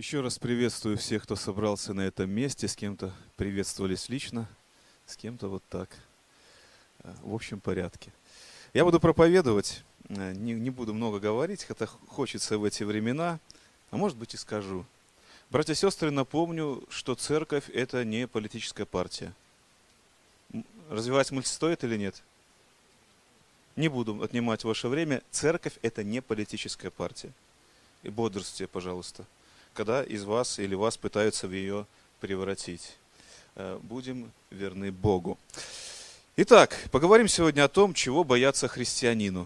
Еще раз приветствую всех, кто собрался на этом месте. С кем-то приветствовались лично, с кем-то вот так, в общем порядке. Я буду проповедовать, не буду много говорить, хотя хочется в эти времена, а может быть и скажу. Братья и сестры, напомню, что церковь – это не политическая партия. Развивать мысль стоит или нет? Не буду отнимать ваше время. Церковь – это не политическая партия. И бодрствуйте, пожалуйста, когда из вас или вас пытаются в ее превратить. Будем верны Богу. Итак, поговорим сегодня о том, чего бояться христианину.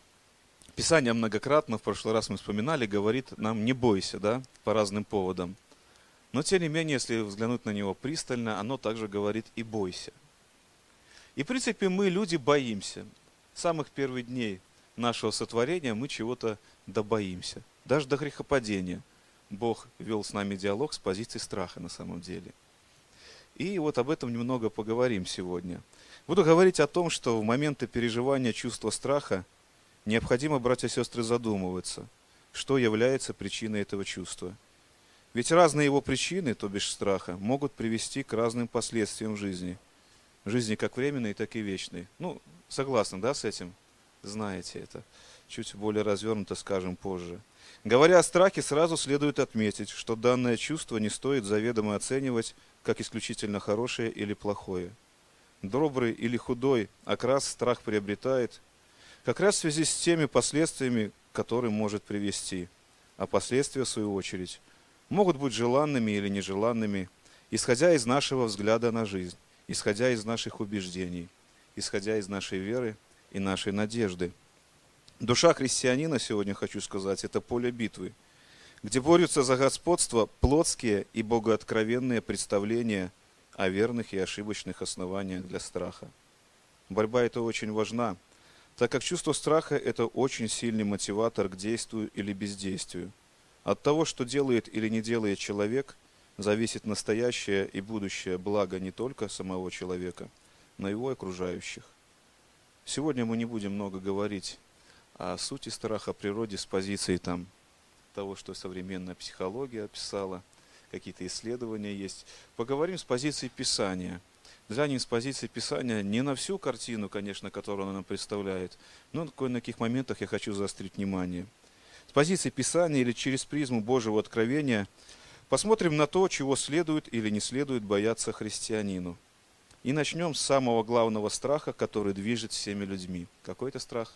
Писание многократно, в прошлый раз мы вспоминали, говорит нам «не бойся», да, по разным поводам. Но тем не менее, если взглянуть на него пристально, оно также говорит «и бойся». И в принципе мы, люди, боимся. С самых первых дней нашего сотворения мы чего-то добоимся. Даже до грехопадения Бог вел с нами диалог с позиции страха на самом деле. И вот об этом немного поговорим сегодня. Буду говорить о том, что в моменты переживания чувства страха необходимо, братья и сестры, задумываться, что является причиной этого чувства. Ведь разные его причины, то бишь страха, могут привести к разным последствиям в жизни. В жизни как временной, так и вечной. Ну, согласны, да, с этим? Знаете это. Чуть более развернуто скажем позже. Говоря о страхе, сразу следует отметить, что данное чувство не стоит заведомо оценивать как исключительно хорошее или плохое. Добрый или худой окрас страх приобретает как раз в связи с теми последствиями, к которым может привести. А последствия, в свою очередь, могут быть желанными или нежеланными, исходя из нашего взгляда на жизнь, исходя из наших убеждений, исходя из нашей веры и нашей надежды. Душа христианина, сегодня хочу сказать, это поле битвы, где борются за господство плотские и богооткровенные представления о верных и ошибочных основаниях для страха. Борьба эта очень важна, так как чувство страха – это очень сильный мотиватор к действию или бездействию. От того, что делает или не делает человек, зависит настоящее и будущее благо не только самого человека, но и его окружающих. Сегодня мы не будем много говорить о сути страха, о природе с позиции того, что современная психология описала, какие-то исследования есть. Поговорим с позиции Писания. Взглянем с позиции Писания не на всю картину, конечно, которую она нам представляет, но на каких моментах я хочу заострить внимание. С позиции Писания или через призму Божьего откровения посмотрим на то, чего следует или не следует бояться христианину. И начнем с самого главного страха, который движет всеми людьми. Какой это страх?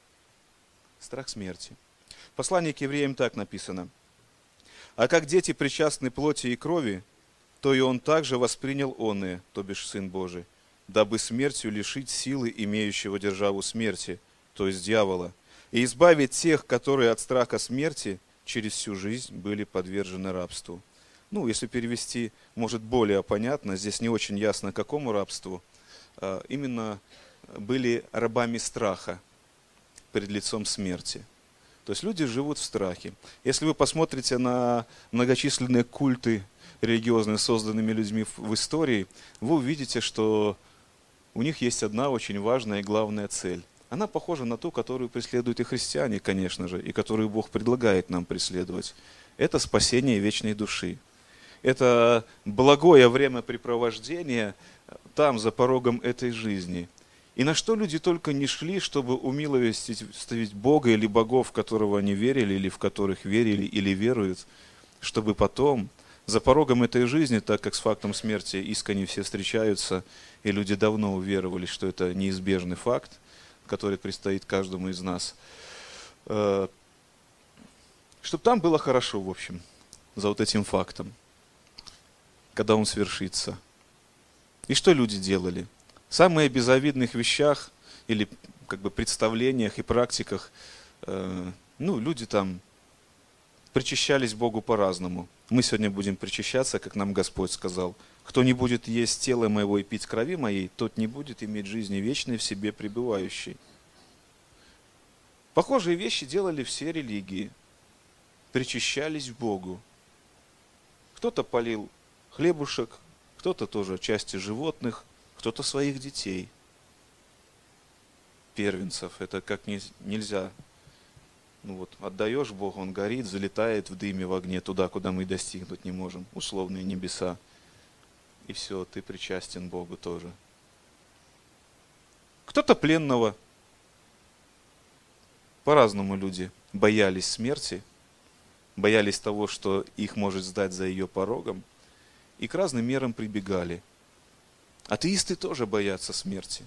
Страх смерти. В послании к евреям так написано: «А как дети причастны плоти и крови, то и он также воспринял оное, то бишь Сын Божий, дабы смертью лишить силы имеющего державу смерти, то есть дьявола, и избавить тех, которые от страха смерти через всю жизнь были подвержены рабству». Ну, если перевести, может, более понятно, здесь не очень ясно, какому рабству, именно были рабами страха перед лицом смерти. То есть люди живут в страхе. Если вы посмотрите на многочисленные культы религиозные, созданными людьми в истории, вы увидите, что у них есть одна очень важная и главная цель. Она похожа на ту, которую преследуют и христиане, конечно же, и которую Бог предлагает нам преследовать. Это спасение вечной души. Это благое времяпрепровождение там, за порогом этой жизни. И на что люди только не шли, чтобы умилостивить Бога или богов, в которого они верили, или в которых верили, или веруют, чтобы потом, за порогом этой жизни, так как с фактом смерти искренне все встречаются, и люди давно уверовали, что это неизбежный факт, который предстоит каждому из нас, чтобы там было хорошо, в общем, за вот этим фактом, когда он свершится. И что люди делали? В самых безобидных вещах или представлениях и практиках, люди там причащались Богу по-разному. Мы сегодня будем причащаться, как нам Господь сказал: «Кто не будет есть тела моего и пить крови моей, тот не будет иметь жизни вечной в себе пребывающей». Похожие вещи делали все религии. Причащались Богу. Кто-то полил хлебушек, кто-то тоже части животных, кто-то своих детей, первенцев. Это как нельзя Ну вот, отдаешь Богу, Он горит, залетает в дыме, в огне, туда, куда мы достигнуть не можем, условные небеса. И все, ты причастен Богу тоже. Кто-то пленного. По-разному люди боялись смерти, боялись того, что их может ждать за ее порогом, и к разным мерам прибегали. Атеисты тоже боятся смерти.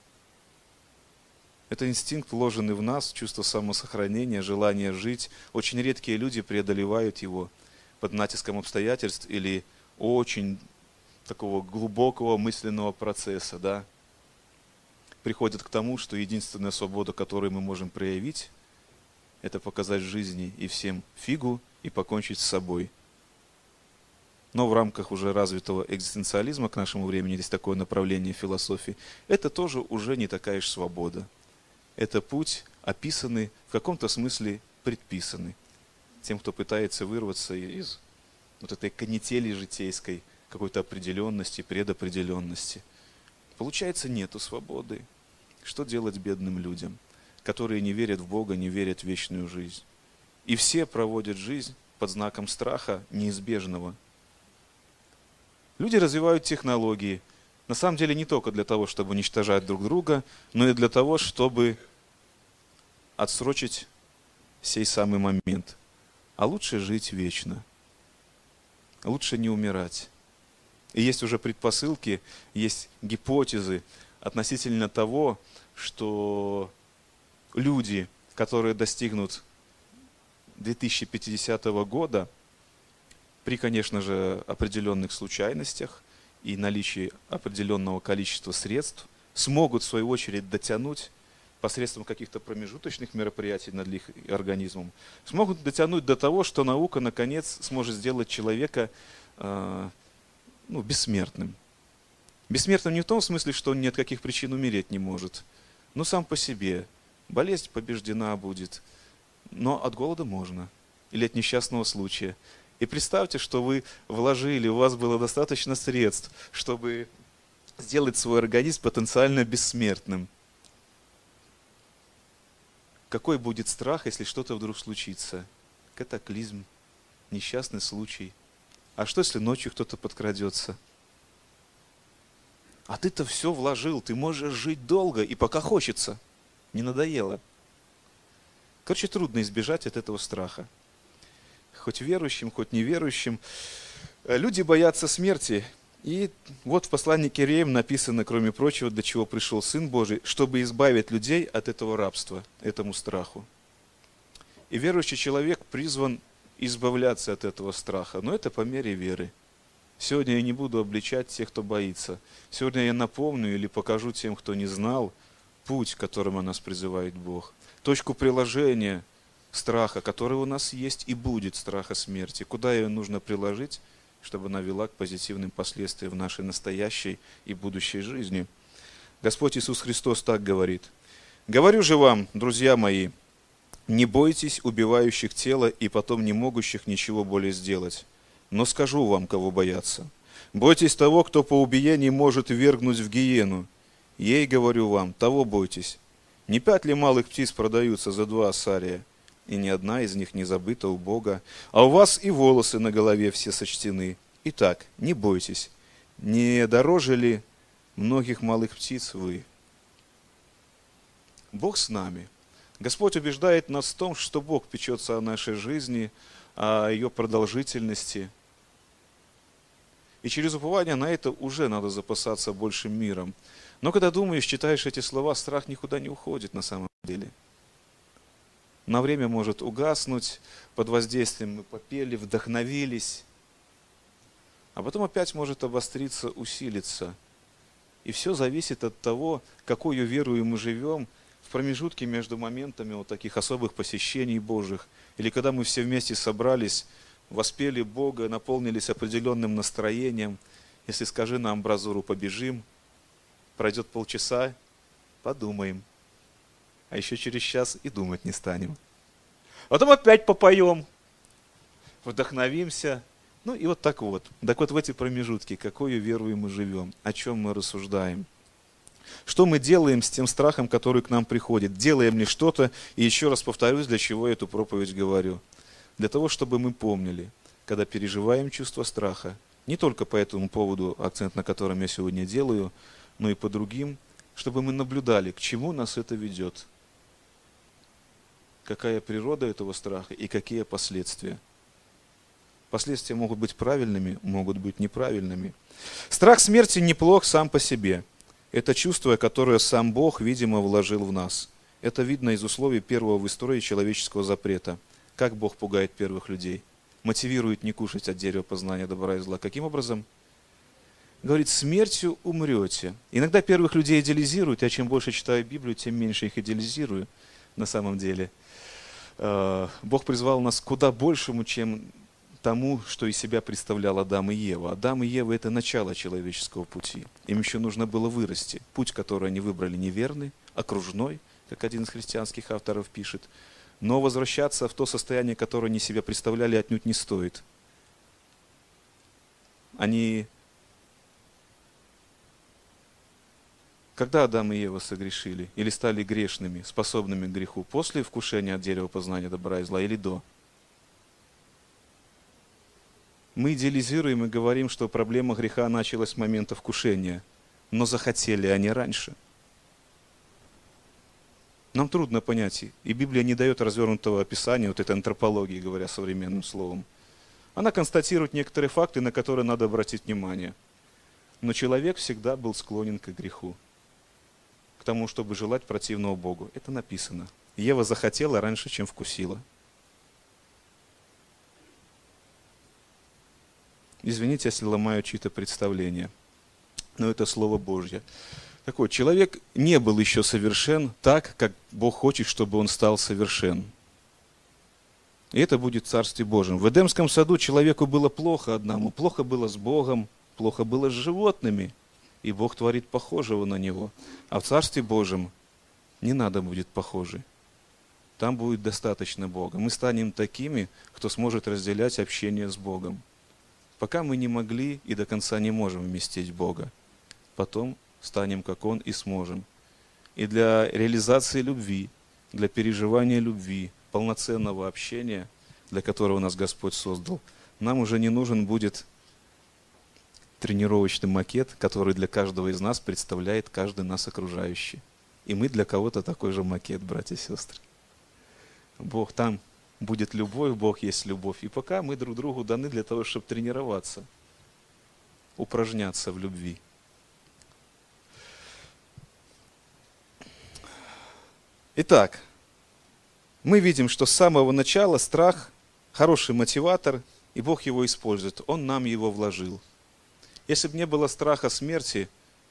Это инстинкт, вложенный в нас, чувство самосохранения, желание жить. Очень редкие люди преодолевают его под натиском обстоятельств или очень такого глубокого мысленного процесса, да. Приходят к тому, что единственная свобода, которую мы можем проявить, это показать жизни и всем фигу и покончить с собой. Но в рамках уже развитого экзистенциализма к нашему времени, есть такое направление философии, это тоже уже не такая уж свобода. Это путь, описанный, в каком-то смысле предписанный тем, кто пытается вырваться из вот этой канители житейской, какой-то определенности, предопределенности. Получается, нету свободы. Что делать бедным людям, которые не верят в Бога, не верят в вечную жизнь? И все проводят жизнь под знаком страха неизбежного. Люди развивают технологии, на самом деле не только для того, чтобы уничтожать друг друга, но и для того, чтобы отсрочить сей самый момент. А лучше жить вечно. Лучше не умирать. И есть уже предпосылки, есть гипотезы относительно того, что люди, которые достигнут 2050 года, при, конечно же, определенных случайностях и наличии определенного количества средств, смогут, в свою очередь, дотянуть посредством каких-то промежуточных мероприятий над их организмом, смогут дотянуть до того, что наука, наконец, сможет сделать человека бессмертным. Бессмертным не в том смысле, что он ни от каких причин умереть не может, но сам по себе. Болезнь побеждена будет, но от голода можно, или от несчастного случая. И представьте, что вы вложили, у вас было достаточно средств, чтобы сделать свой организм потенциально бессмертным. Какой будет страх, если что-то вдруг случится? Катаклизм, несчастный случай. А что, если ночью кто-то подкрадется? А ты-то все вложил, ты можешь жить долго и пока хочется. Не надоело. Короче, трудно избежать от этого страха. Хоть верующим, хоть неверующим. Люди боятся смерти. И вот в послании к Евреям написано, кроме прочего, для чего пришел Сын Божий, чтобы избавить людей от этого рабства, этому страху. И верующий человек призван избавляться от этого страха, но это по мере веры. Сегодня я не буду обличать тех, кто боится. Сегодня я напомню или покажу тем, кто не знал, путь, к которому нас призывает Бог. Точку приложения страха, который у нас есть и будет, страха смерти. Куда ее нужно приложить, чтобы она вела к позитивным последствиям в нашей настоящей и будущей жизни. Господь Иисус Христос так говорит. «Говорю же вам, друзья мои, не бойтесь убивающих тело и потом не могущих ничего более сделать. Но скажу вам, кого бояться. Бойтесь того, кто по убиении может ввергнуть в гиену. Ей, говорю вам, того бойтесь. Не 5 ли малых птиц продаются за 2 ассария, и ни одна из них не забыта у Бога, а у вас и волосы на голове все сочтены. Итак, не бойтесь, не дороже ли многих малых птиц вы?» Бог с нами. Господь убеждает нас в том, что Бог печется о нашей жизни, о ее продолжительности. И через упование на это уже надо запасаться большим миром. Но когда думаешь, читаешь эти слова, страх никуда не уходит на самом деле. На время может угаснуть, под воздействием мы попели, вдохновились, а потом опять может обостриться, усилиться. И все зависит от того, какую верою мы живем в промежутке между моментами вот таких особых посещений Божьих, или когда мы все вместе собрались, воспели Бога, наполнились определенным настроением. Если скажи на амбразуру побежим, пройдет полчаса, подумаем. А еще через час и думать не станем. Потом опять попоем, вдохновимся. Ну и вот так вот. Так вот в эти промежутки, какую верою мы живем, о чем мы рассуждаем. Что мы делаем с тем страхом, который к нам приходит? Делаем ли что-то? И еще раз повторюсь, для чего я эту проповедь говорю. Для того, чтобы мы помнили, когда переживаем чувство страха, не только по этому поводу, акцент на котором я сегодня делаю, но и по другим, чтобы мы наблюдали, к чему нас это ведет. Какая природа этого страха и какие последствия. Последствия могут быть правильными, могут быть неправильными. Страх смерти неплох сам по себе. Это чувство, которое сам Бог, видимо, вложил в нас. Это видно из условий первого в истории человеческого запрета. Как Бог пугает первых людей? Мотивирует не кушать от дерева познания добра и зла. Каким образом? Говорит, смертью умрете. Иногда первых людей идеализируют. Я чем больше читаю Библию, тем меньше их идеализирую на самом деле. Бог призвал нас к куда большему, чем тому, что из себя представлял Адам и Ева. Адам и Ева – это начало человеческого пути. Им еще нужно было вырасти. Путь, который они выбрали, неверный, окружной, как один из христианских авторов пишет. Но возвращаться в то состояние, которое они себя представляли, отнюдь не стоит. Когда Адам и Ева согрешили или стали грешными, способными к греху? После вкушения от дерева познания добра и зла или до? Мы идеализируем и говорим, что проблема греха началась с момента вкушения, но захотели они раньше. Нам трудно понять, и Библия не дает развернутого описания вот этой антропологии, говоря современным словом. Она констатирует некоторые факты, на которые надо обратить внимание. Но человек всегда был склонен к греху, к тому, чтобы желать противного Богу. Это написано. Ева захотела раньше, чем вкусила. Извините, если ломаю чьи-то представления, но это Слово Божье. Так вот, человек не был еще совершен так, как Бог хочет, чтобы он стал совершен. И это будет в Царстве Божьем. В Эдемском саду человеку было плохо одному, плохо было с Богом, плохо было с животными, и Бог творит похожего на него. А в Царстве Божьем не надо будет похожий. Там будет достаточно Бога. Мы станем такими, кто сможет разделять общение с Богом. Пока мы не могли и до конца не можем вместить Бога. Потом станем, как Он, и сможем. И для реализации любви, для переживания любви, полноценного общения, для которого нас Господь создал, нам уже не нужен будет тренировочный макет, который для каждого из нас представляет каждый нас окружающий. И мы для кого-то такой же макет, братья и сестры. Бог там будет любовь, Бог есть любовь. И пока мы друг другу даны для того, чтобы тренироваться, упражняться в любви. Итак, мы видим, что с самого начала страх – хороший мотиватор, и Бог его использует. Он нам его вложил. Если бы не было страха смерти,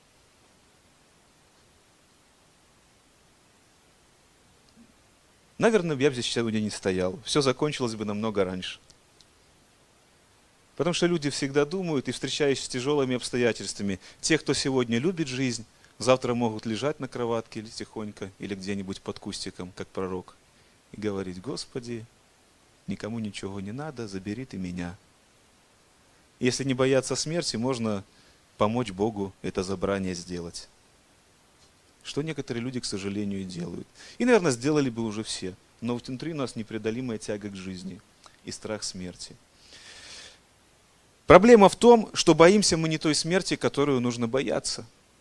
наверное, я бы здесь сегодня не стоял. Все закончилось бы намного раньше. Потому что люди всегда думают и встречаясь с тяжелыми обстоятельствами. Те, кто сегодня любит жизнь, завтра могут лежать на кроватке или тихонько, или где-нибудь под кустиком, как пророк, и говорить: Господи, никому ничего не надо, забери ты меня. Если не бояться смерти, можно помочь Богу это забрание сделать. Что некоторые люди, к сожалению, и делают. И, наверное, сделали бы уже все. Но внутри у нас непреодолимая тяга к жизни и страх смерти. Проблема в том, что боимся мы не той смерти, которую нужно бояться.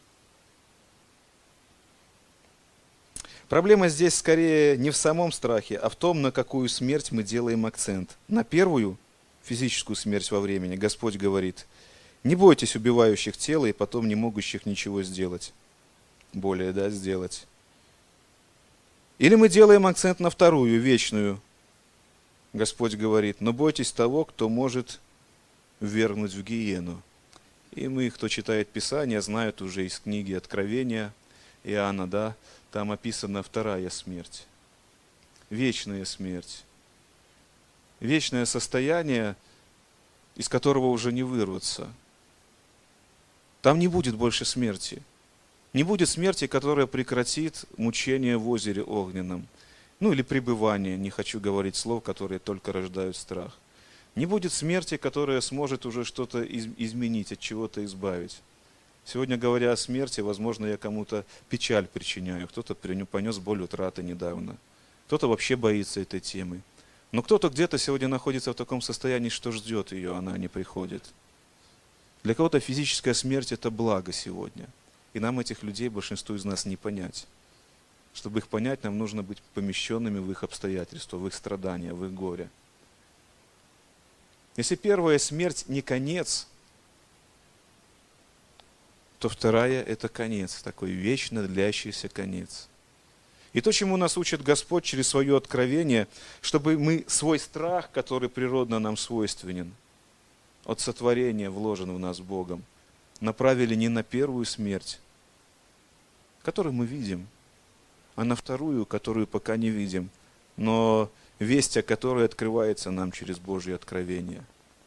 Проблема здесь скорее не в самом страхе, а в том, на какую смерть мы делаем акцент. На первую, физическую смерть во времени, Господь говорит: не бойтесь убивающих тело и потом не могущих ничего сделать. Сделать. Или мы делаем акцент на вторую, вечную. Господь говорит: но бойтесь того, кто может ввергнуть в гиену. И мы, кто читает Писание, знают уже из книги Откровения Иоанна, там описана вторая смерть. Вечная смерть. Вечное состояние, из которого уже не вырваться. Там не будет больше смерти. Не будет смерти, которая прекратит мучение в озере огненном. Или пребывание, не хочу говорить слов, которые только рождают страх. Не будет смерти, которая сможет уже что-то изменить, от чего-то избавить. Сегодня, говоря о смерти, возможно, я кому-то печаль причиняю, кто-то понес боль утраты недавно, кто-то вообще боится этой темы. Но кто-то где-то сегодня находится в таком состоянии, что ждет ее, она не приходит. Для кого-то физическая смерть – это благо сегодня. И нам этих людей, большинству из нас, не понять. Чтобы их понять, нам нужно быть помещенными в их обстоятельства, в их страдания, в их горе. Если первая смерть не конец, то вторая – это конец, такой вечно длящийся конец. И то, чему нас учит Господь через свое откровение, чтобы мы свой страх, который природно нам свойственен, от сотворения, вложен в нас Богом, направили не на первую смерть, которую мы видим, а на вторую, которую пока не видим, но весть о которой открывается нам через Божье откровение.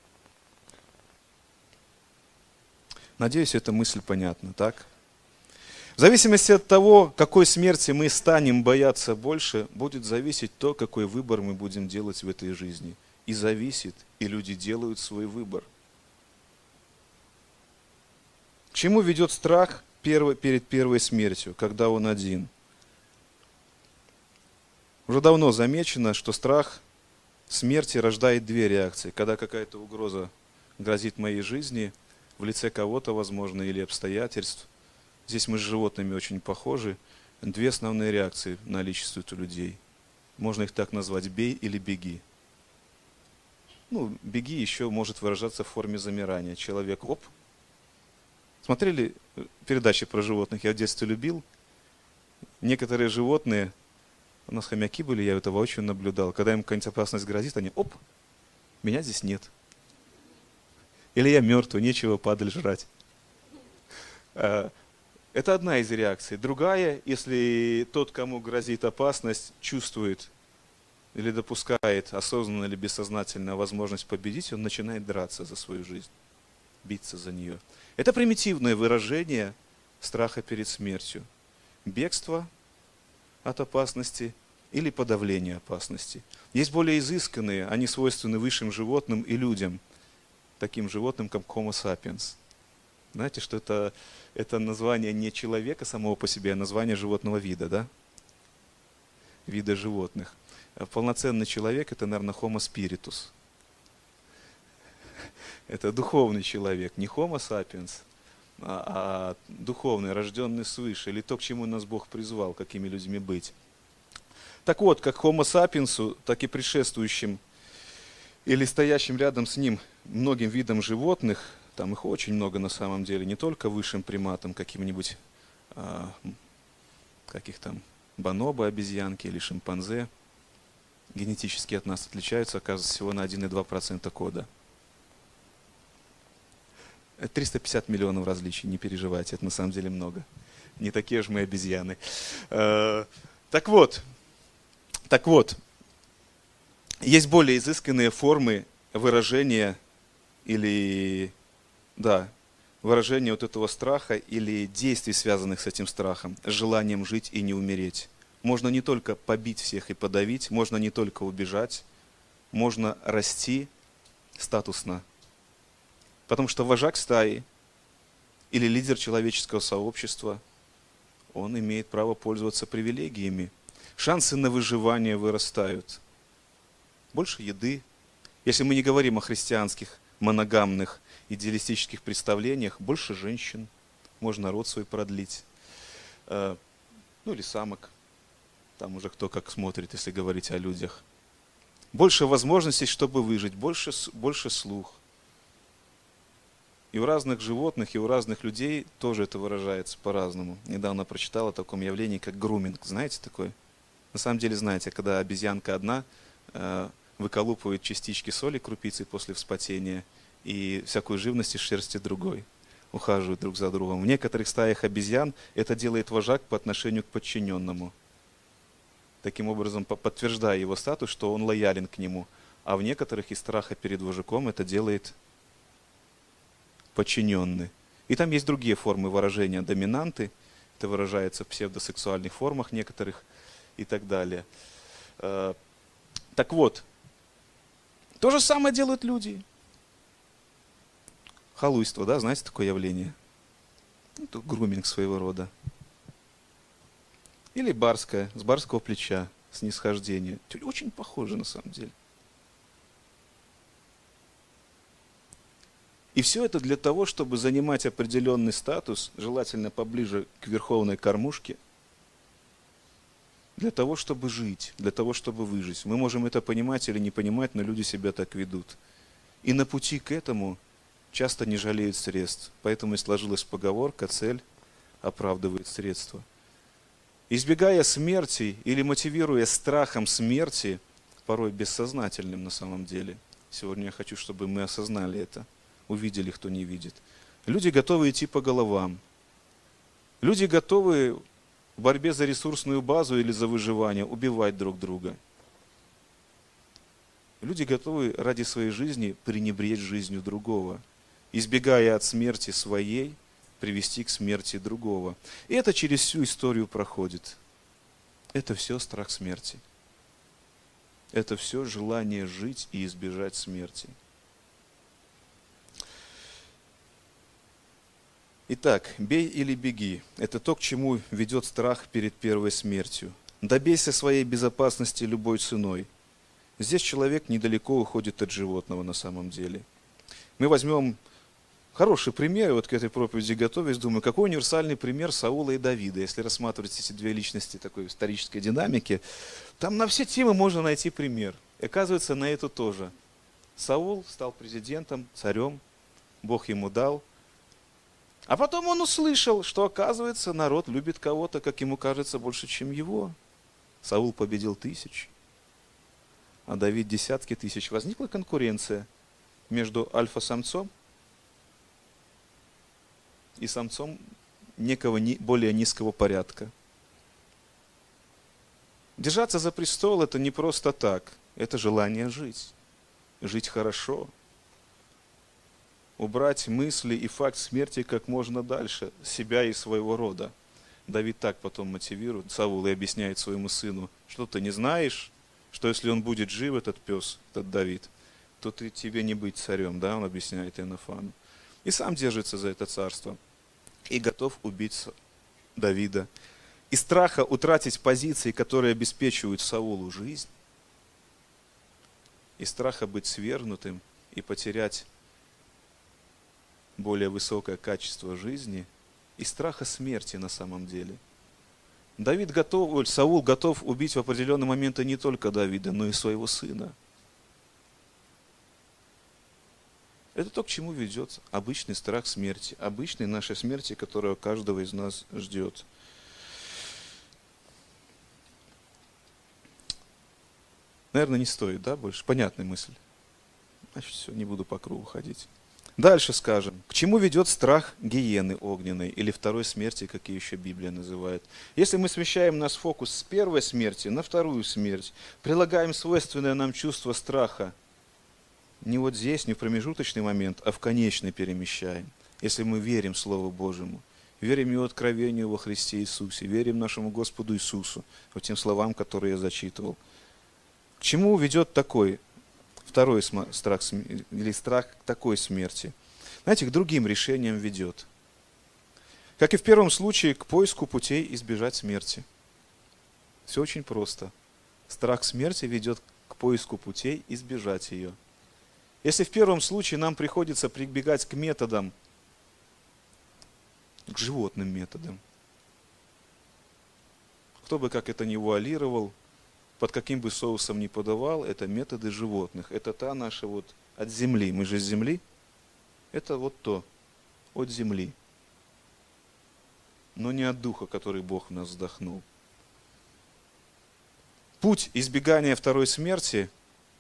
Надеюсь, эта мысль понятна, так? В зависимости от того, какой смерти мы станем бояться больше, будет зависеть то, какой выбор мы будем делать в этой жизни. И зависит, и люди делают свой выбор. К чему ведет страх перед первой смертью, когда он один? Уже давно замечено, что страх смерти рождает две реакции. Когда какая-то угроза грозит моей жизни, в лице кого-то, возможно, или обстоятельств. Здесь мы с животными очень похожи. Две основные реакции наличествуют у людей. Можно их так назвать: бей или беги. Беги еще может выражаться в форме замирания. Человек, оп. Смотрели передачи про животных? Я в детстве любил. Некоторые животные, у нас хомяки были, я это воочию наблюдал. Когда им какая-нибудь опасность грозит, они, оп, меня здесь нет. Или я мертвый, нечего падаль жрать. Это одна из реакций. Другая, если тот, кому грозит опасность, чувствует или допускает осознанно или бессознательно возможность победить, он начинает драться за свою жизнь, биться за нее. Это примитивное выражение страха перед смертью. Бегство от опасности или подавление опасности. Есть более изысканные, они свойственны высшим животным и людям, таким животным, как Homo sapiens. Знаете, что это название не человека самого по себе, а название животного вида, да? Вида животных. А полноценный человек – это, наверное, Homo spiritus. Это духовный человек, не Homo sapiens, а духовный, рожденный свыше, или то, к чему нас Бог призвал, какими людьми быть. Так вот, как Homo sapiens, так и предшествующим или стоящим рядом с ним многим видам животных, там их очень много на самом деле, не только высшим приматам, каким-нибудь, каких там, бонобо, обезьянки или шимпанзе, генетически от нас отличаются, оказывается, всего на 1,2% кода. 350 миллионов различий, не переживайте, это на самом деле много. Не такие же мы обезьяны. Так вот, есть более изысканные формы выражения или, выражения вот этого страха или действий, связанных с этим страхом, с желанием жить и не умереть. Можно не только побить всех и подавить, можно не только убежать, можно расти статусно. Потому что вожак стаи или лидер человеческого сообщества, он имеет право пользоваться привилегиями. Шансы на выживание вырастают. Больше еды. Если мы не говорим о христианских, моногамных, идеалистических представлениях, больше женщин. Можно род свой продлить. Или самок. Там уже кто как смотрит, если говорить о людях. Больше возможностей, чтобы выжить. Больше слух. И у разных животных, и у разных людей тоже это выражается по-разному. Недавно прочитал о таком явлении, как груминг. Знаете такое? На самом деле знаете, когда обезьянка одна выколупывает частички соли, крупицы после вспотения, и всякую живность из шерсти другой. Ухаживают друг за другом. В некоторых стаях обезьян это делает вожак по отношению к подчиненному. Таким образом, подтверждая его статус, что он лоялен к нему. А в некоторых из страха перед вожаком это делает подчиненный. И там есть другие формы выражения доминанты. Это выражается в псевдосексуальных формах некоторых и так далее. Так вот, то же самое делают люди. Халуйство, да, знаете такое явление? Это груминг своего рода. Или барская, с барского плеча, снисхождение. Очень похоже на самом деле. И все это для того, чтобы занимать определенный статус, желательно поближе к верховной кормушке, для того, чтобы жить, для того, чтобы выжить. Мы можем это понимать или не понимать, но люди себя так ведут. И на пути к этому часто не жалеют средств. Поэтому и сложилась поговорка: цель оправдывает средства. Избегая смерти или мотивируя страхом смерти, порой бессознательным на самом деле, сегодня я хочу, чтобы мы осознали это, увидели, кто не видит. Люди готовы идти по головам. Люди готовы в борьбе за ресурсную базу или за выживание убивать друг друга. Люди готовы ради своей жизни пренебречь жизнью другого, избегая от смерти своей, привести к смерти другого. И это через всю историю проходит. Это все страх смерти. Это все желание жить и избежать смерти. Итак, бей или беги – это то, к чему ведет страх перед первой смертью. Добейся своей безопасности любой ценой. Здесь человек недалеко уходит от животного на самом деле. Мы возьмем хороший пример, вот к этой проповеди готовясь, думаю, какой универсальный пример Саула и Давида. Если рассматривать эти две личности такой исторической динамики, там на все темы можно найти пример. И оказывается, на это тоже. Саул стал президентом, царем, Бог ему дал. А потом он услышал, что, оказывается, народ любит кого-то, как ему кажется, больше, чем его. Саул победил тысяч, а Давид десятки тысяч. Возникла конкуренция между альфа-самцом и самцом некого более низкого порядка. Держаться за престол – это не просто так, это желание жить, жить хорошо. Убрать мысли и факт смерти как можно дальше, себя и своего рода. Давид так потом мотивирует Саула и объясняет своему сыну: что ты не знаешь, что если он будет жив, этот пес, этот Давид, то тебе не быть царем, да, он объясняет Иоаннафану. И сам держится за это царство. И готов убить Давида. Из страха утратить позиции, которые обеспечивают Саулу жизнь, из страха быть свергнутым и потерять более высокое качество жизни, и страха смерти на самом деле. Саул готов убить в определенный момент не только Давида, но и своего сына. Это то, к чему ведет обычный страх смерти, обычной нашей смерти, которая каждого из нас ждет. Наверное, не стоит, да, больше? Понятная мысль. Значит, все, не буду по кругу ходить. Дальше скажем, к чему ведет страх гиены огненной, или второй смерти, как ее еще Библия называет. Если мы смещаем наш фокус с первой смерти на вторую смерть, прилагаем свойственное нам чувство страха, не вот здесь, не в промежуточный момент, а в конечный перемещаем. Если мы верим Слову Божьему, верим Его откровению во Христе Иисусе, верим нашему Господу Иисусу, вот тем словам, которые я зачитывал. К чему ведет такой второй страх, или страх такой смерти? Знаете, к другим решениям ведет. Как и в первом случае, к поиску путей избежать смерти. Все очень просто. Страх смерти ведет к поиску путей избежать ее. Если в первом случае нам приходится прибегать к методам, к животным методам, кто бы как это ни вуалировал, под каким бы соусом ни подавал, это методы животных. Это та наша вот от земли. Мы же с земли. Это вот то, от земли. Но не от духа, который Бог в нас вдохнул. Путь избегания второй смерти,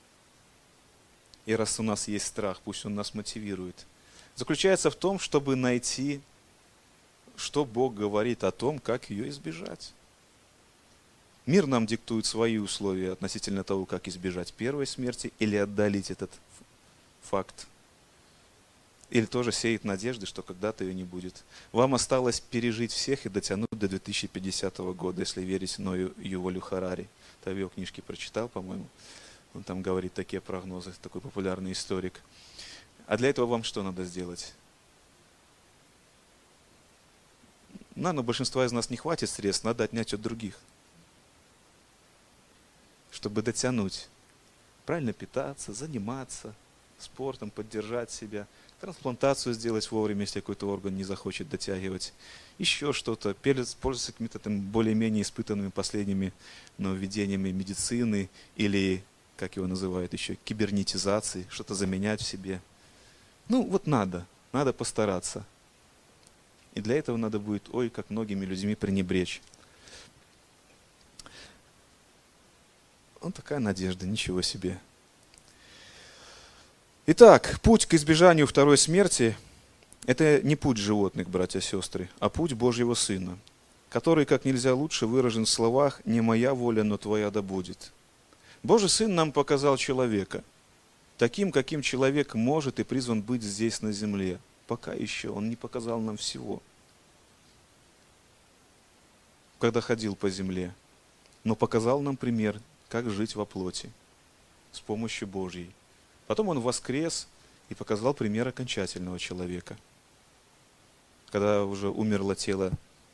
и раз у нас есть страх, пусть он нас мотивирует, заключается в том, чтобы найти, что Бог говорит о том, как ее избежать. Мир нам диктует свои условия относительно того, как избежать первой смерти или отдалить этот факт. Или тоже сеет надежды, что когда-то ее не будет. Вам осталось пережить всех и дотянуть до 2050 года, если верить Ною Ювалю Харари. Ты в его книжке прочитал, по-моему. Он там говорит такие прогнозы, такой популярный историк. А для этого вам что надо сделать? Наверное, у большинства из нас не хватит средств, надо отнять от других, чтобы дотянуть. Правильно питаться, заниматься спортом, поддержать себя, трансплантацию сделать вовремя, если какой-то орган не захочет дотягивать, еще что-то, пользоваться какими-то там более-менее испытанными последними нововведениями медицины или, как его называют еще, кибернетизации, что-то заменять в себе. Ну вот надо постараться. И для этого надо будет, ой, как многими людьми пренебречь. Вот такая надежда, ничего себе. Итак, путь к избежанию второй смерти – это не путь животных, братья и сестры, а путь Божьего Сына, который как нельзя лучше выражен в словах «не моя воля, но твоя да будет». Божий Сын нам показал человека, таким, каким человек может и призван быть здесь на земле. Пока еще Он не показал нам всего, когда ходил по земле, но показал нам пример, как жить во плоти с помощью Божьей. Потом Он воскрес и показал пример окончательного человека. Когда уже умерло тело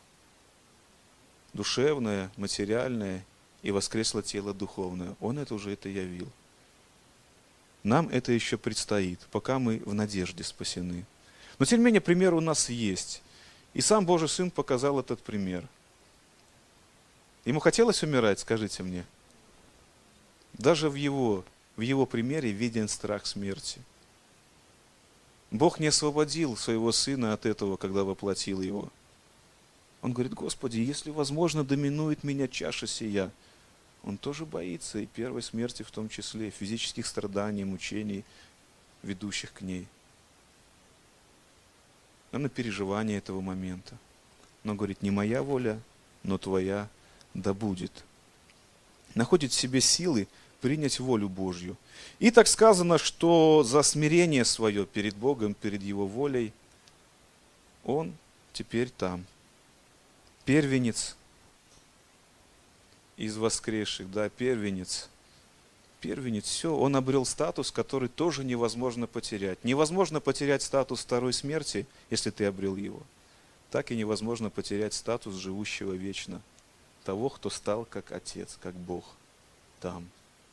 душевное, материальное, и воскресло тело духовное. Он это явил. Нам это еще предстоит, пока мы в надежде спасены. Но тем не менее, пример у нас есть. И сам Божий Сын показал этот пример. Ему хотелось умирать, скажите мне? Даже в его примере виден страх смерти. Бог не освободил своего Сына от этого, когда воплотил его. Он говорит: Господи, если возможно, доминует меня чаша сия. Он тоже боится и первой смерти, в том числе физических страданий, мучений, ведущих к ней. Наверное, переживание этого момента. Но говорит: не моя воля, но твоя да будет. Находит в себе силы принять волю Божью. И так сказано, что за смирение свое перед Богом, перед Его волей, он теперь там. Первенец из воскресших, да, первенец, все, он обрел статус, который тоже невозможно потерять. Невозможно потерять статус второй смерти, если ты обрел его. Так и невозможно потерять статус живущего вечно, того, кто стал как Отец, как Бог там.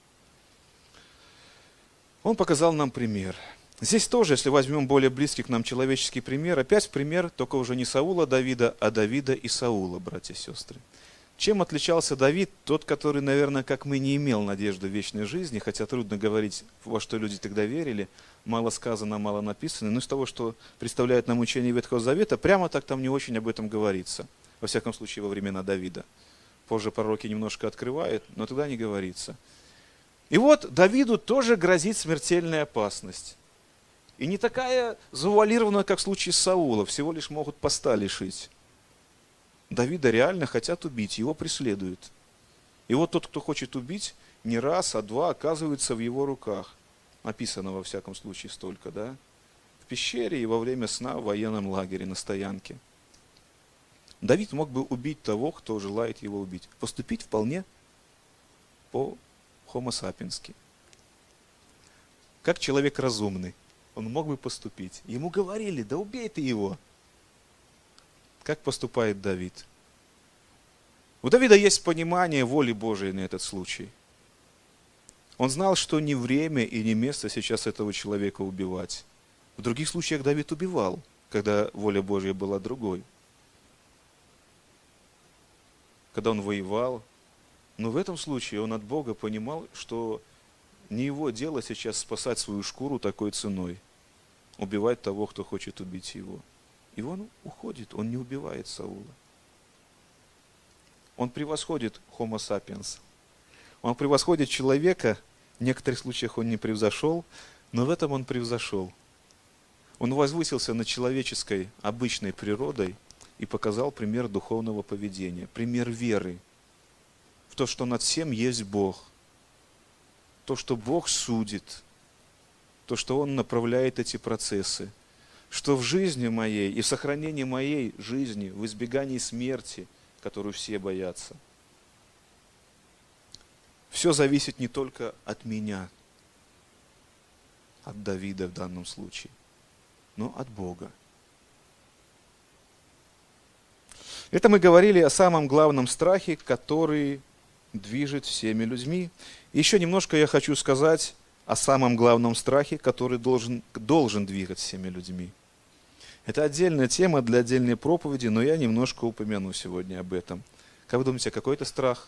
Он показал нам пример. Здесь тоже, если возьмем более близкий к нам человеческий пример, опять пример, только уже не Саула Давида, а Давида и Саула, братья и сестры. Чем отличался Давид? Тот, который, наверное, как мы, не имел надежды в вечной жизни, хотя трудно говорить, во что люди тогда верили, мало сказано, мало написано, но из того, что представляет нам учение Ветхого Завета, прямо так там не очень об этом говорится, во всяком случае во времена Давида. Позже пророки немножко открывают, но тогда не говорится. И вот Давиду тоже грозит смертельная опасность. И не такая завуалированная, как в случае с Саула, всего лишь могут поста лишить. Давида реально хотят убить, его преследуют. И вот тот, кто хочет убить, не раз, а два оказывается в его руках. Написано во всяком случае столько, да? В пещере и во время сна в военном лагере на стоянке. Давид мог бы убить того, кто желает его убить. Поступить вполне по-хомо-сапиенски. Как человек разумный, он мог бы поступить. Ему говорили: да убей ты его. Как поступает Давид? У Давида есть понимание воли Божией на этот случай. Он знал, что не время и не место сейчас этого человека убивать. В других случаях Давид убивал, когда воля Божья была другой. Когда он воевал. Но в этом случае он от Бога понимал, что не его дело сейчас спасать свою шкуру такой ценой. Убивать того, кто хочет убить его. И он уходит, он не убивает Саула. Он превосходит Homo sapiens. Он превосходит человека, в некоторых случаях он не превзошел, но в этом он превзошел. Он возвысился над человеческой обычной природой и показал пример духовного поведения, пример веры в то, что над всем есть Бог, то, что Бог судит, то, что Он направляет эти процессы, что в жизни моей и в сохранении моей жизни, в избегании смерти, которую все боятся, все зависит не только от меня, от Давида в данном случае, но от Бога. Это мы говорили о самом главном страхе, который движет всеми людьми. Еще немножко я хочу сказать о самом главном страхе, который должен двигать всеми людьми. Это отдельная тема для отдельной проповеди, но я немножко упомяну сегодня об этом. Как вы думаете, какой это страх?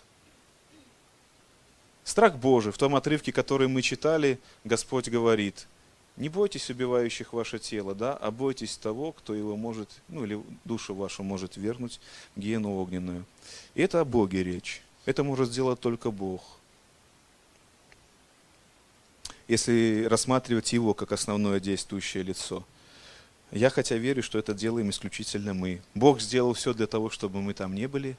Страх Божий. В том отрывке, который мы читали, Господь говорит: не бойтесь убивающих ваше тело, да, а бойтесь того, кто его может, или душу вашу может вернуть в гиену огненную. И это о Боге речь. Это может сделать только Бог. Если рассматривать Его как основное действующее лицо. Я хотя верю, что это делаем исключительно мы. Бог сделал все для того, чтобы мы там не были,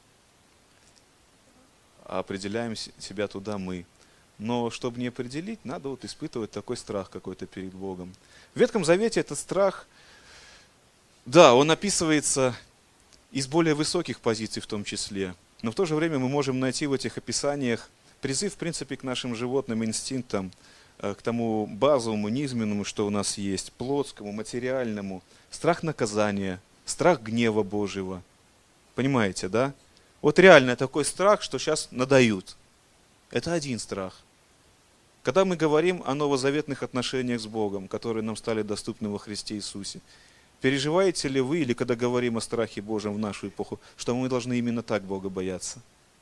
а определяем себя туда мы. Но чтобы не определить, надо испытывать такой страх какой-то перед Богом. В Ветхом Завете этот страх, да, он описывается из более высоких позиций в том числе. Но в то же время мы можем найти в этих описаниях призыв, в принципе, к нашим животным инстинктам, к тому базовому, низменному, что у нас есть, плотскому, материальному, страх наказания, страх гнева Божьего. Понимаете, да? Вот реально такой страх, что сейчас надают. Это один страх. Когда мы говорим о новозаветных отношениях с Богом, которые нам стали доступны во Христе Иисусе, переживаете ли вы, или когда говорим о страхе Божьем в нашу эпоху, что мы должны именно так Бога бояться?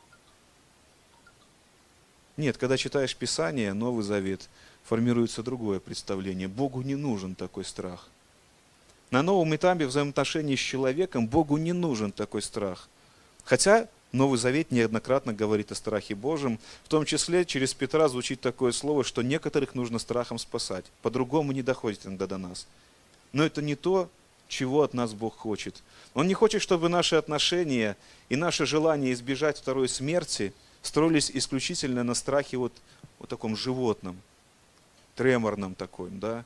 Нет, когда читаешь Писание, Новый Завет, формируется другое представление. Богу не нужен такой страх. На новом этапе взаимоотношений с человеком Богу не нужен такой страх. Хотя Новый Завет неоднократно говорит о страхе Божьем, в том числе через Петра звучит такое слово, что некоторых нужно страхом спасать. По-другому не доходит иногда до нас. Но это не то, чего от нас Бог хочет. Он не хочет, чтобы наши отношения и наше желание избежать второй смерти строились исключительно на страхе вот таком животном, треморном таком, да.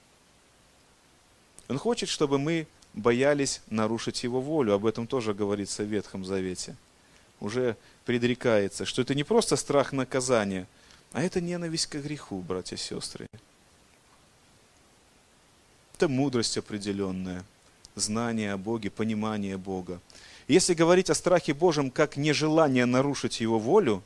Он хочет, чтобы мы боялись нарушить Его волю. Об этом тоже говорится в Ветхом Завете. Уже предрекается, что это не просто страх наказания, а это ненависть к греху, братья и сестры. Это мудрость определенная, знание о Боге, понимание Бога. Если говорить о страхе Божьем как нежелание нарушить Его волю,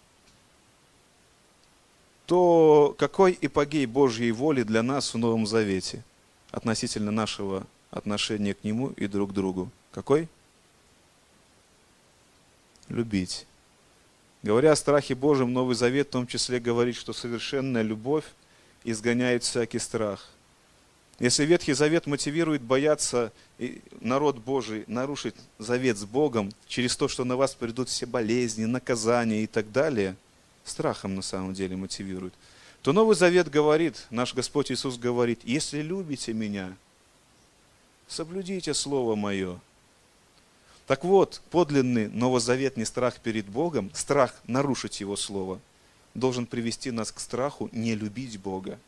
то какой эпогей Божьей воли для нас в Новом Завете относительно нашего отношения к Нему и друг к другу? Какой? Любить. Говоря о страхе Божьем, Новый Завет в том числе говорит, что совершенная любовь изгоняет всякий страх. Если Ветхий Завет мотивирует бояться народ Божий нарушить завет с Богом через то, что на вас придут все болезни, наказания и так далее, страхом на самом деле мотивирует, то Новый Завет говорит, наш Господь Иисус говорит: если любите Меня, соблюдите Слово Мое. Так вот, подлинный новозаветный страх перед Богом, страх нарушить Его Слово, должен привести нас к страху не любить Бога.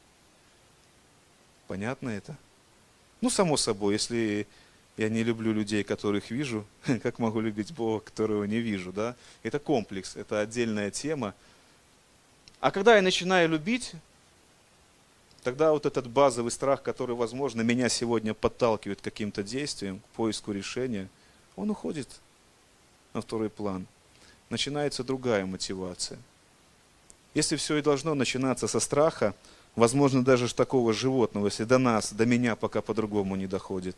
Понятно это? Само собой, если я не люблю людей, которых вижу, как могу любить Бога, которого не вижу, да? Это комплекс, это отдельная тема. А когда я начинаю любить, тогда вот этот базовый страх, который, возможно, меня сегодня подталкивает к каким-то действиям, к поиску решения, он уходит на второй план. Начинается другая мотивация. Если все и должно начинаться со страха, возможно, даже такого животного, если до нас, до меня пока по-другому не доходит,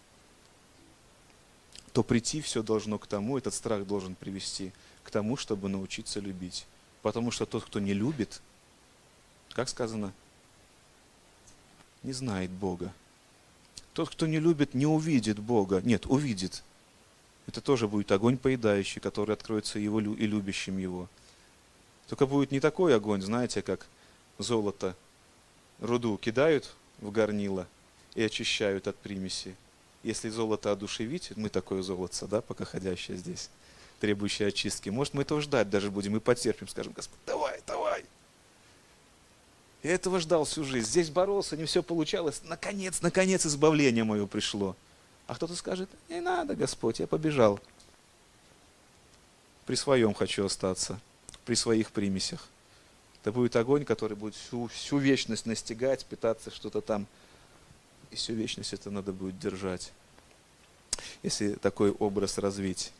то прийти все должно к тому, этот страх должен привести к тому, чтобы научиться любить. Потому что тот, кто не любит, как сказано, не знает Бога. Тот, кто не любит, не увидит Бога. Нет, увидит. Это тоже будет огонь поедающий, который откроется его и любящим его. Только будет не такой огонь, знаете, как золото, руду кидают в горнило и очищают от примеси. Если золото одушевить, мы такое золото, да, пока ходящее здесь, требующее очистки, может, мы этого ждать даже будем и потерпим, скажем: Господь, давай, давай. Я этого ждал всю жизнь, здесь боролся, не все получалось, наконец избавление мое пришло. А кто-то скажет: не надо, Господь, я побежал. При своем хочу остаться, при своих примесях. Это будет огонь, который будет всю вечность настигать, питаться что-то там. И всю вечность это надо будет держать. если такой образ развить.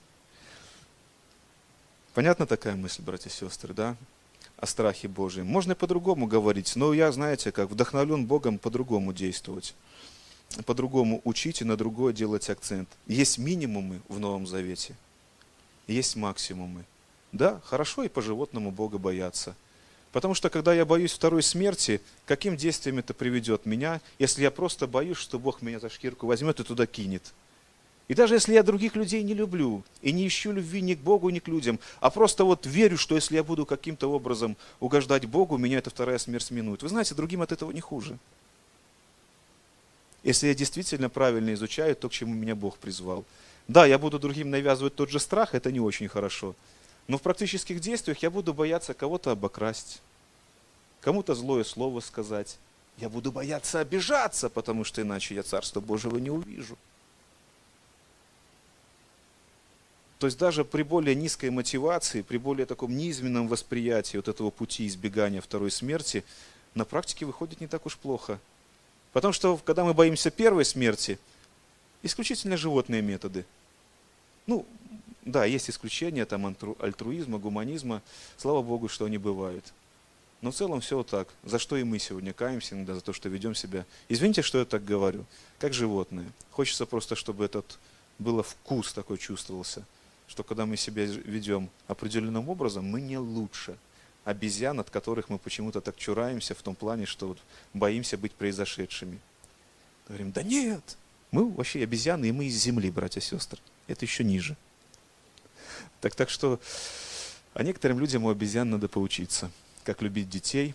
Понятна такая мысль, братья и сестры, да? О страхе Божьем. Можно и по-другому говорить, но я, знаете, как вдохновлен Богом по-другому действовать. По-другому учить и на другое делать акцент. Есть минимумы в Новом Завете, есть максимумы. Да, хорошо и по-животному Бога бояться. Потому что, когда я боюсь второй смерти, каким действием это приведет меня, если я просто боюсь, что Бог меня за шкирку возьмет и туда кинет? И даже если я других людей не люблю, и не ищу любви ни к Богу, ни к людям, а просто вот верю, что если я буду каким-то образом угождать Богу, меня эта вторая смерть минует. Вы знаете, другим от этого не хуже. Если я действительно правильно изучаю то, к чему меня Бог призвал. Да, я буду другим навязывать тот же страх, это не очень хорошо. Но в практических действиях я буду бояться кого-то обокрасть, кому-то злое слово сказать. Я буду бояться обижаться, потому что иначе я Царства Божьего не увижу. То есть даже при более низкой мотивации, при более таком низменном восприятии вот этого пути избегания второй смерти, на практике выходит не так уж плохо. Потому что, когда мы боимся первой смерти, исключительно животные методы. Ну, да, есть исключения, там альтруизма, гуманизма, слава Богу, что они бывают. Но в целом все вот так. За что и мы сегодня каемся иногда, за то, что ведем себя. Извините, что я так говорю, как животные. Хочется просто, чтобы этот был вкус такой чувствовался. Что когда мы себя ведем определенным образом, мы не лучше обезьян, от которых мы почему-то так чураемся в том плане, что вот боимся быть произошедшими. Говорим, да нет, мы вообще обезьяны, и мы из земли, братья и сестры. Это еще ниже. Так что, а некоторым людям у обезьян надо поучиться, как любить детей,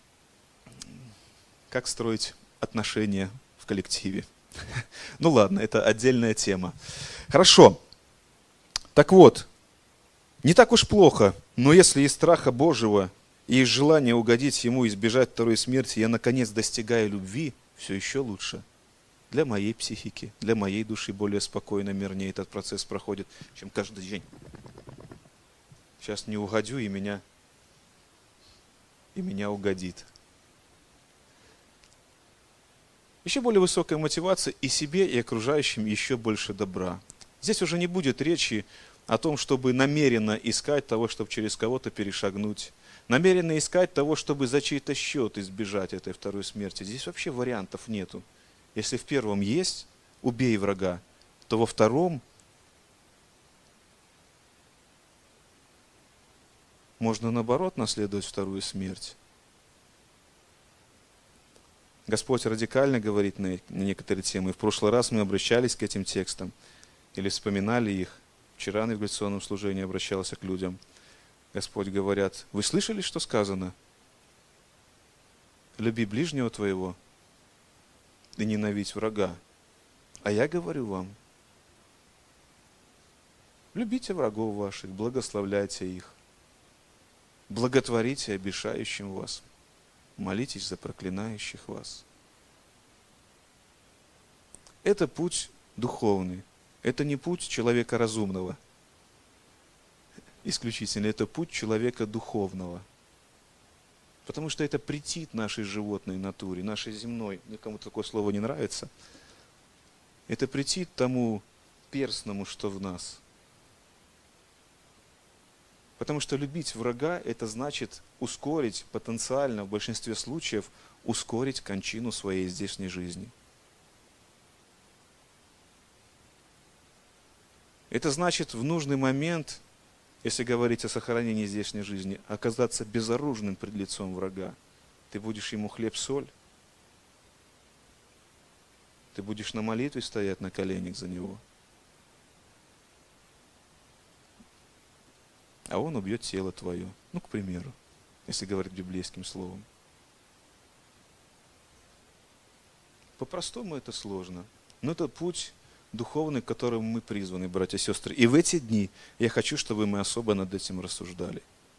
как строить отношения в коллективе. Ну ладно, это отдельная тема. Хорошо. Так вот, не так уж плохо, но если из страха Божьего и из желания угодить Ему, избежать второй смерти, я наконец достигаю любви, все еще лучше. Для моей психики, для моей души более спокойно, мирнее этот процесс проходит, чем каждый день. Сейчас не угодю, и меня угодит. Еще более высокая мотивация и себе, и окружающим еще больше добра. Здесь уже не будет речи о том, чтобы намеренно искать того, чтобы через кого-то перешагнуть. Намеренно искать того, чтобы за чей-то счет избежать этой второй смерти. Здесь вообще вариантов нету. Если в первом есть «убей врага», то во втором можно наоборот наследовать вторую смерть. Господь радикально говорит на некоторые темы. В прошлый раз мы обращались к этим текстам или вспоминали их. Вчера на революционном служении обращался к людям. Господь говорят, вы слышали, что сказано? Люби ближнего твоего и ненавидь врага. А я говорю вам, любите врагов ваших, благословляйте их, благотворите обижающим вас, молитесь за проклинающих вас. Это путь духовный. Это не путь человека разумного. Исключительно это путь человека духовного. Потому что это претит нашей животной натуре, нашей земной. Никому такое слово не нравится. Это претит тому перстному, что в нас. Потому что любить врага, это значит ускорить, потенциально в большинстве случаев, ускорить кончину своей здешней жизни. Это значит в нужный момент, если говорить о сохранении здешней жизни, оказаться безоружным пред лицом врага. Ты будешь ему хлеб-соль. Ты будешь на молитве стоять на коленях за него. А он убьет тело твое. Ну, к примеру, если говорить библейским словом. По-простому это сложно. Но это путь духовный, к которому мы призваны, братья и сестры. И в эти дни я хочу, чтобы мы особо над этим рассуждали.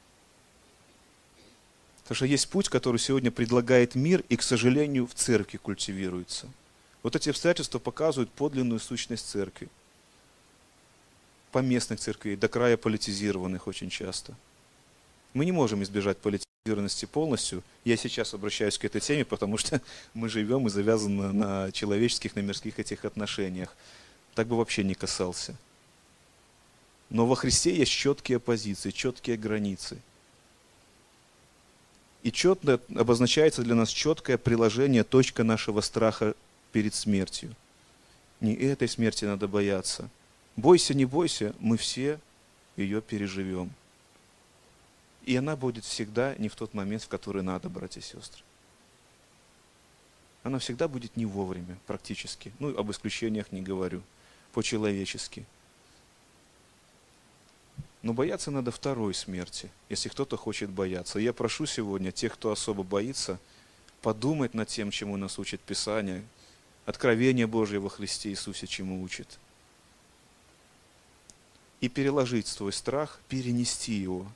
Потому что есть путь, который сегодня предлагает мир, и, к сожалению, в церкви культивируется. Вот эти обстоятельства показывают подлинную сущность церкви. Поместных церквей, до края политизированных очень часто. Мы не можем избежать политизированности полностью. Я сейчас обращаюсь к этой теме, потому что мы живем и завязаны на человеческих, на мирских этих отношениях. так бы вообще не касался. Но во Христе есть четкие позиции, четкие границы. И четко обозначается для нас четкое приложение, точка нашего страха перед смертью. Не этой смерти надо бояться. Бойся, не бойся, мы все ее переживем. И она будет всегда не в тот момент, в который надо, братья и сестры. Она всегда будет не вовремя, практически. Ну, об исключениях не говорю, по-человечески. Но бояться надо второй смерти, если кто-то хочет бояться. Я прошу сегодня тех, кто особо боится, подумать над тем, чему нас учит Писание, откровение Божие во Христе Иисусе, чему учит. И переложить свой страх, перенести его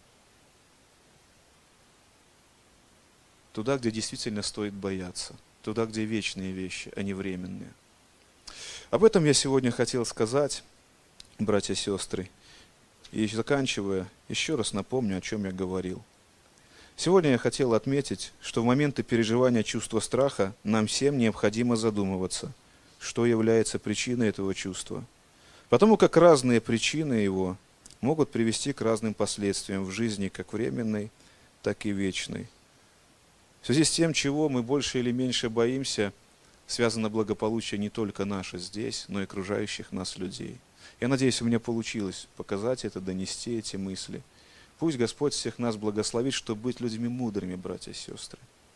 туда, где действительно стоит бояться, туда, где вечные вещи, а не временные. Об этом я сегодня хотел сказать, братья и сестры. И заканчивая, еще раз напомню, о чем я говорил. Сегодня я хотел отметить, что в моменты переживания чувства страха нам всем необходимо задумываться, что является причиной этого чувства. Потому как разные причины его могут привести к разным последствиям в жизни, как временной, так и вечной. В связи с тем, чего мы больше или меньше боимся, связано благополучие не только наше здесь, но и окружающих нас людей. Я надеюсь, у меня получилось показать это, донести эти мысли. Пусть Господь всех нас благословит, чтобы быть людьми мудрыми, братья и сестры.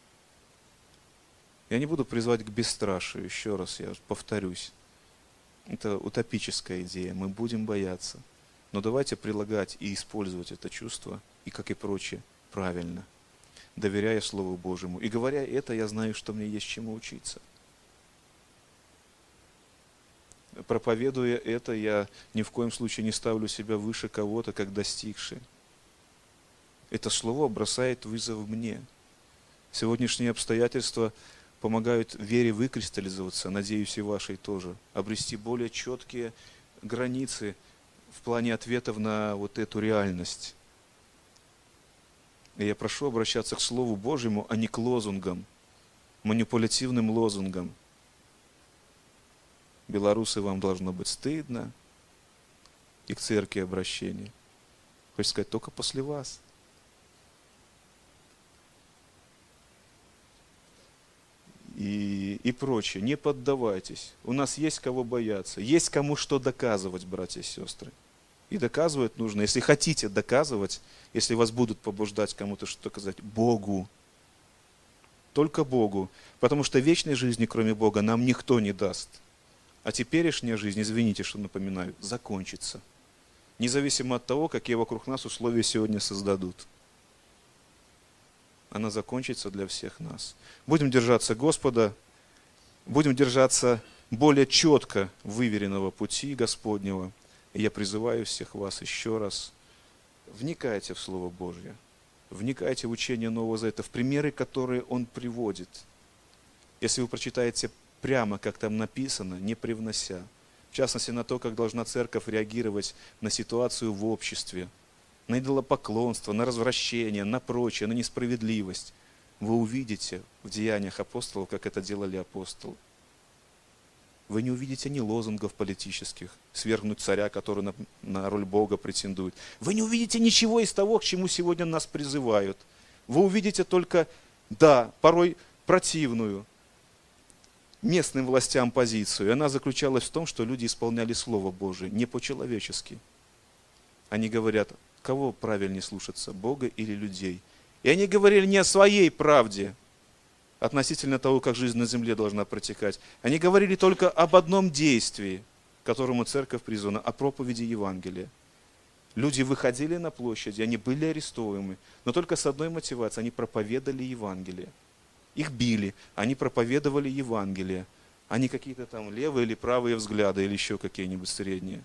Я не буду призывать к бесстрашию, еще раз я повторюсь. Это утопическая идея, мы будем бояться. Но давайте прилагать и использовать это чувство, и, как и прочее, правильно, доверяя Слову Божьему. И говоря это, я знаю, что мне есть чему учиться. Проповедуя это, я ни в коем случае не ставлю себя выше кого-то, как достигший. Это слово бросает вызов мне. Сегодняшние обстоятельства помогают вере выкристаллизоваться, надеюсь, и вашей тоже, обрести более четкие границы в плане ответов на вот эту реальность. И я прошу обращаться к Слову Божьему, а не к лозунгам, манипулятивным лозунгам. Белорусы, вам должно быть стыдно, и к церкви обращение. Хочется сказать, только после вас. И прочее. Не поддавайтесь. У нас есть кого бояться. Есть кому что доказывать, братья и сестры. И доказывать нужно, если хотите доказывать, если вас будут побуждать кому-то что-то доказать, Богу. Только Богу. Потому что вечной жизни, кроме Бога, нам никто не даст. А теперешняя жизнь, извините, что напоминаю, закончится. Независимо от того, какие вокруг нас условия сегодня создадут. Она закончится для всех нас. Будем держаться Господа, будем держаться более четко выверенного пути Господнего. И я призываю всех вас еще раз, вникайте в Слово Божье, вникайте в учение Нового Завета, в примеры, которые Он приводит. Если вы прочитаете прямо, как там написано, не привнося. В частности, на то, как должна церковь реагировать на ситуацию в обществе, на идолопоклонство, на развращение, на прочее, на несправедливость. Вы увидите в деяниях апостолов, как это делали апостолы. Вы не увидите ни лозунгов политических, свергнуть царя, который на роль Бога претендует. Вы не увидите ничего из того, к чему сегодня нас призывают. Вы увидите только, да, порой противную, местным властям позицию. И она заключалась в том, что люди исполняли Слово Божие не по-человечески. Они говорят, кого правильнее слушаться, Бога или людей? И они говорили не о своей правде относительно того, как жизнь на земле должна протекать. Они говорили только об одном действии, к которому церковь призвана, о проповеди Евангелия. Люди выходили на площади, они были арестованы, но только с одной мотивацией, они проповедовали Евангелие. Их били, они проповедовали Евангелие, а не какие-то там левые или правые взгляды, или еще какие-нибудь средние.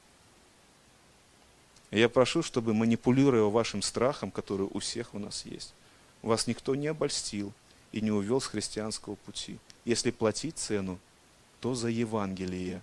И я прошу, чтобы, манипулируя вашим страхом, который у всех у нас есть, вас никто не обольстил и не увел с христианского пути. Если платить цену, то за Евангелие,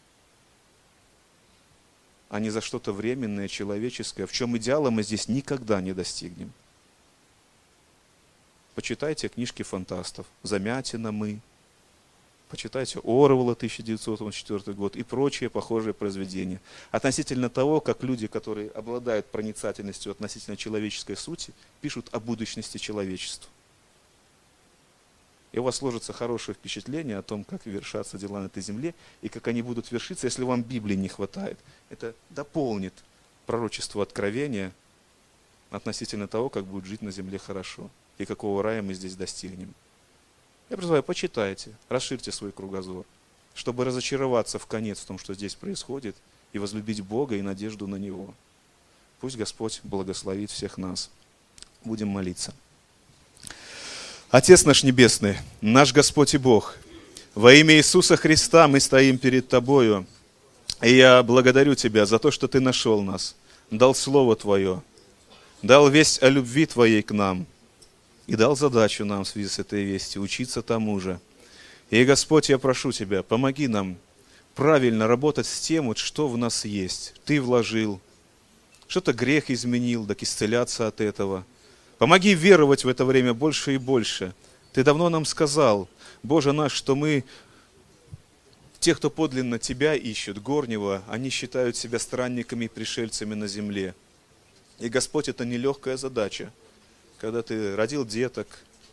а не за что-то временное, человеческое, в чем идеала мы здесь никогда не достигнем. Почитайте книжки фантастов, Замятина мы, Почитайте Оруэлла, 1984 год и прочие похожие произведения. Относительно того, как люди, которые обладают проницательностью относительно человеческой сути, пишут о будущности человечества. И у вас сложится хорошее впечатление о том, как вершатся дела на этой земле, и как они будут вершиться, если вам Библии не хватает. Это дополнит пророчество Откровения относительно того, как будет жить на земле хорошо, и какого рая мы здесь достигнем. Я призываю, почитайте, расширьте свой кругозор, чтобы разочароваться в конец в том, что здесь происходит, и возлюбить Бога и надежду на Него. Пусть Господь благословит всех нас. Будем молиться. Отец наш Небесный, наш Господь и Бог, во имя Иисуса Христа мы стоим перед Тобою, и я благодарю Тебя за то, что Ты нашел нас, дал Слово Твое, дал весть о любви Твоей к нам, и дал задачу нам в связи с этой вестью учиться тому же. И, Господь, я прошу Тебя, помоги нам правильно работать с тем, вот, что в нас есть. Ты вложил, что-то грех изменил, так исцеляться от этого. Помоги веровать в это время больше и больше. Ты давно нам сказал, Боже наш, что мы, те, кто подлинно Тебя ищут, горнего, они считают себя странниками и пришельцами на земле. И, Господь, это нелегкая задача. Когда Ты родил деток,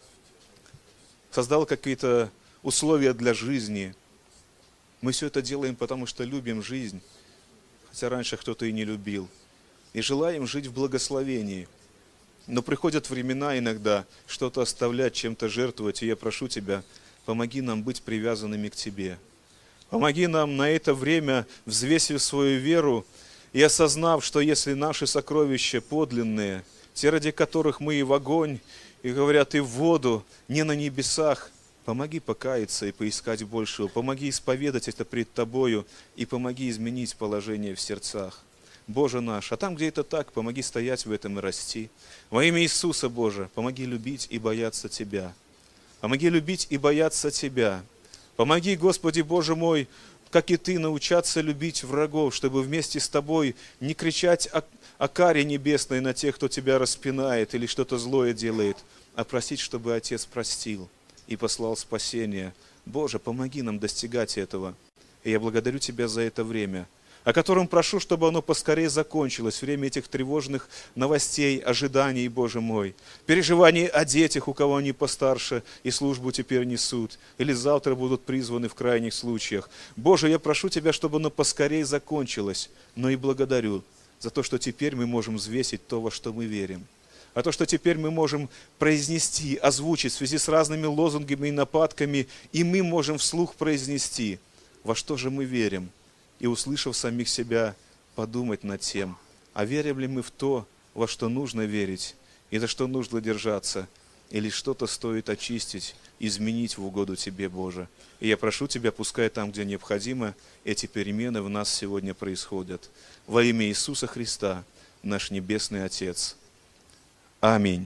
создал какие-то условия для жизни. Мы все это делаем, потому что любим жизнь, хотя раньше кто-то и не любил. И желаем жить в благословении. Но приходят времена иногда что-то оставлять, чем-то жертвовать. И я прошу Тебя, помоги нам быть привязанными к Тебе. Помоги нам на это время, взвесив свою веру и осознав, что если наши сокровища подлинные, те, ради которых мы и в огонь, и, говорят, и в воду, не на небесах, помоги покаяться и поискать большего, помоги исповедать это пред Тобою и помоги изменить положение в сердцах. Боже наш, а там, где это так, помоги стоять в этом и расти. Во имя Иисуса, Боже, помоги любить и бояться Тебя. Помоги любить и бояться Тебя. Помоги, Господи Боже мой, как и Ты, научаться любить врагов, чтобы вместе с Тобой не кричать о каре небесной на тех, кто Тебя распинает или что-то злое делает, а просить, чтобы Отец простил и послал спасение. Боже, помоги нам достигать этого. И я благодарю Тебя за это время, о котором прошу, чтобы оно поскорее закончилось, время этих тревожных новостей, ожиданий, Боже мой, переживаний о детях, у кого они постарше и службу теперь несут, или завтра будут призваны в крайних случаях. Боже, я прошу Тебя, чтобы оно поскорее закончилось, но и благодарю за то, что теперь мы можем взвесить то, во что мы верим. А то, что теперь мы можем произнести, озвучить в связи с разными лозунгами и нападками, и мы можем вслух произнести, во что же мы верим, и, услышав самих себя, подумать над тем, а верим ли мы в то, во что нужно верить, и за что нужно держаться, или что-то стоит очистить, изменить в угоду Тебе, Боже. И я прошу Тебя, пускай там, где необходимо, эти перемены в нас сегодня происходят. Во имя Иисуса Христа, наш Небесный Отец. Аминь.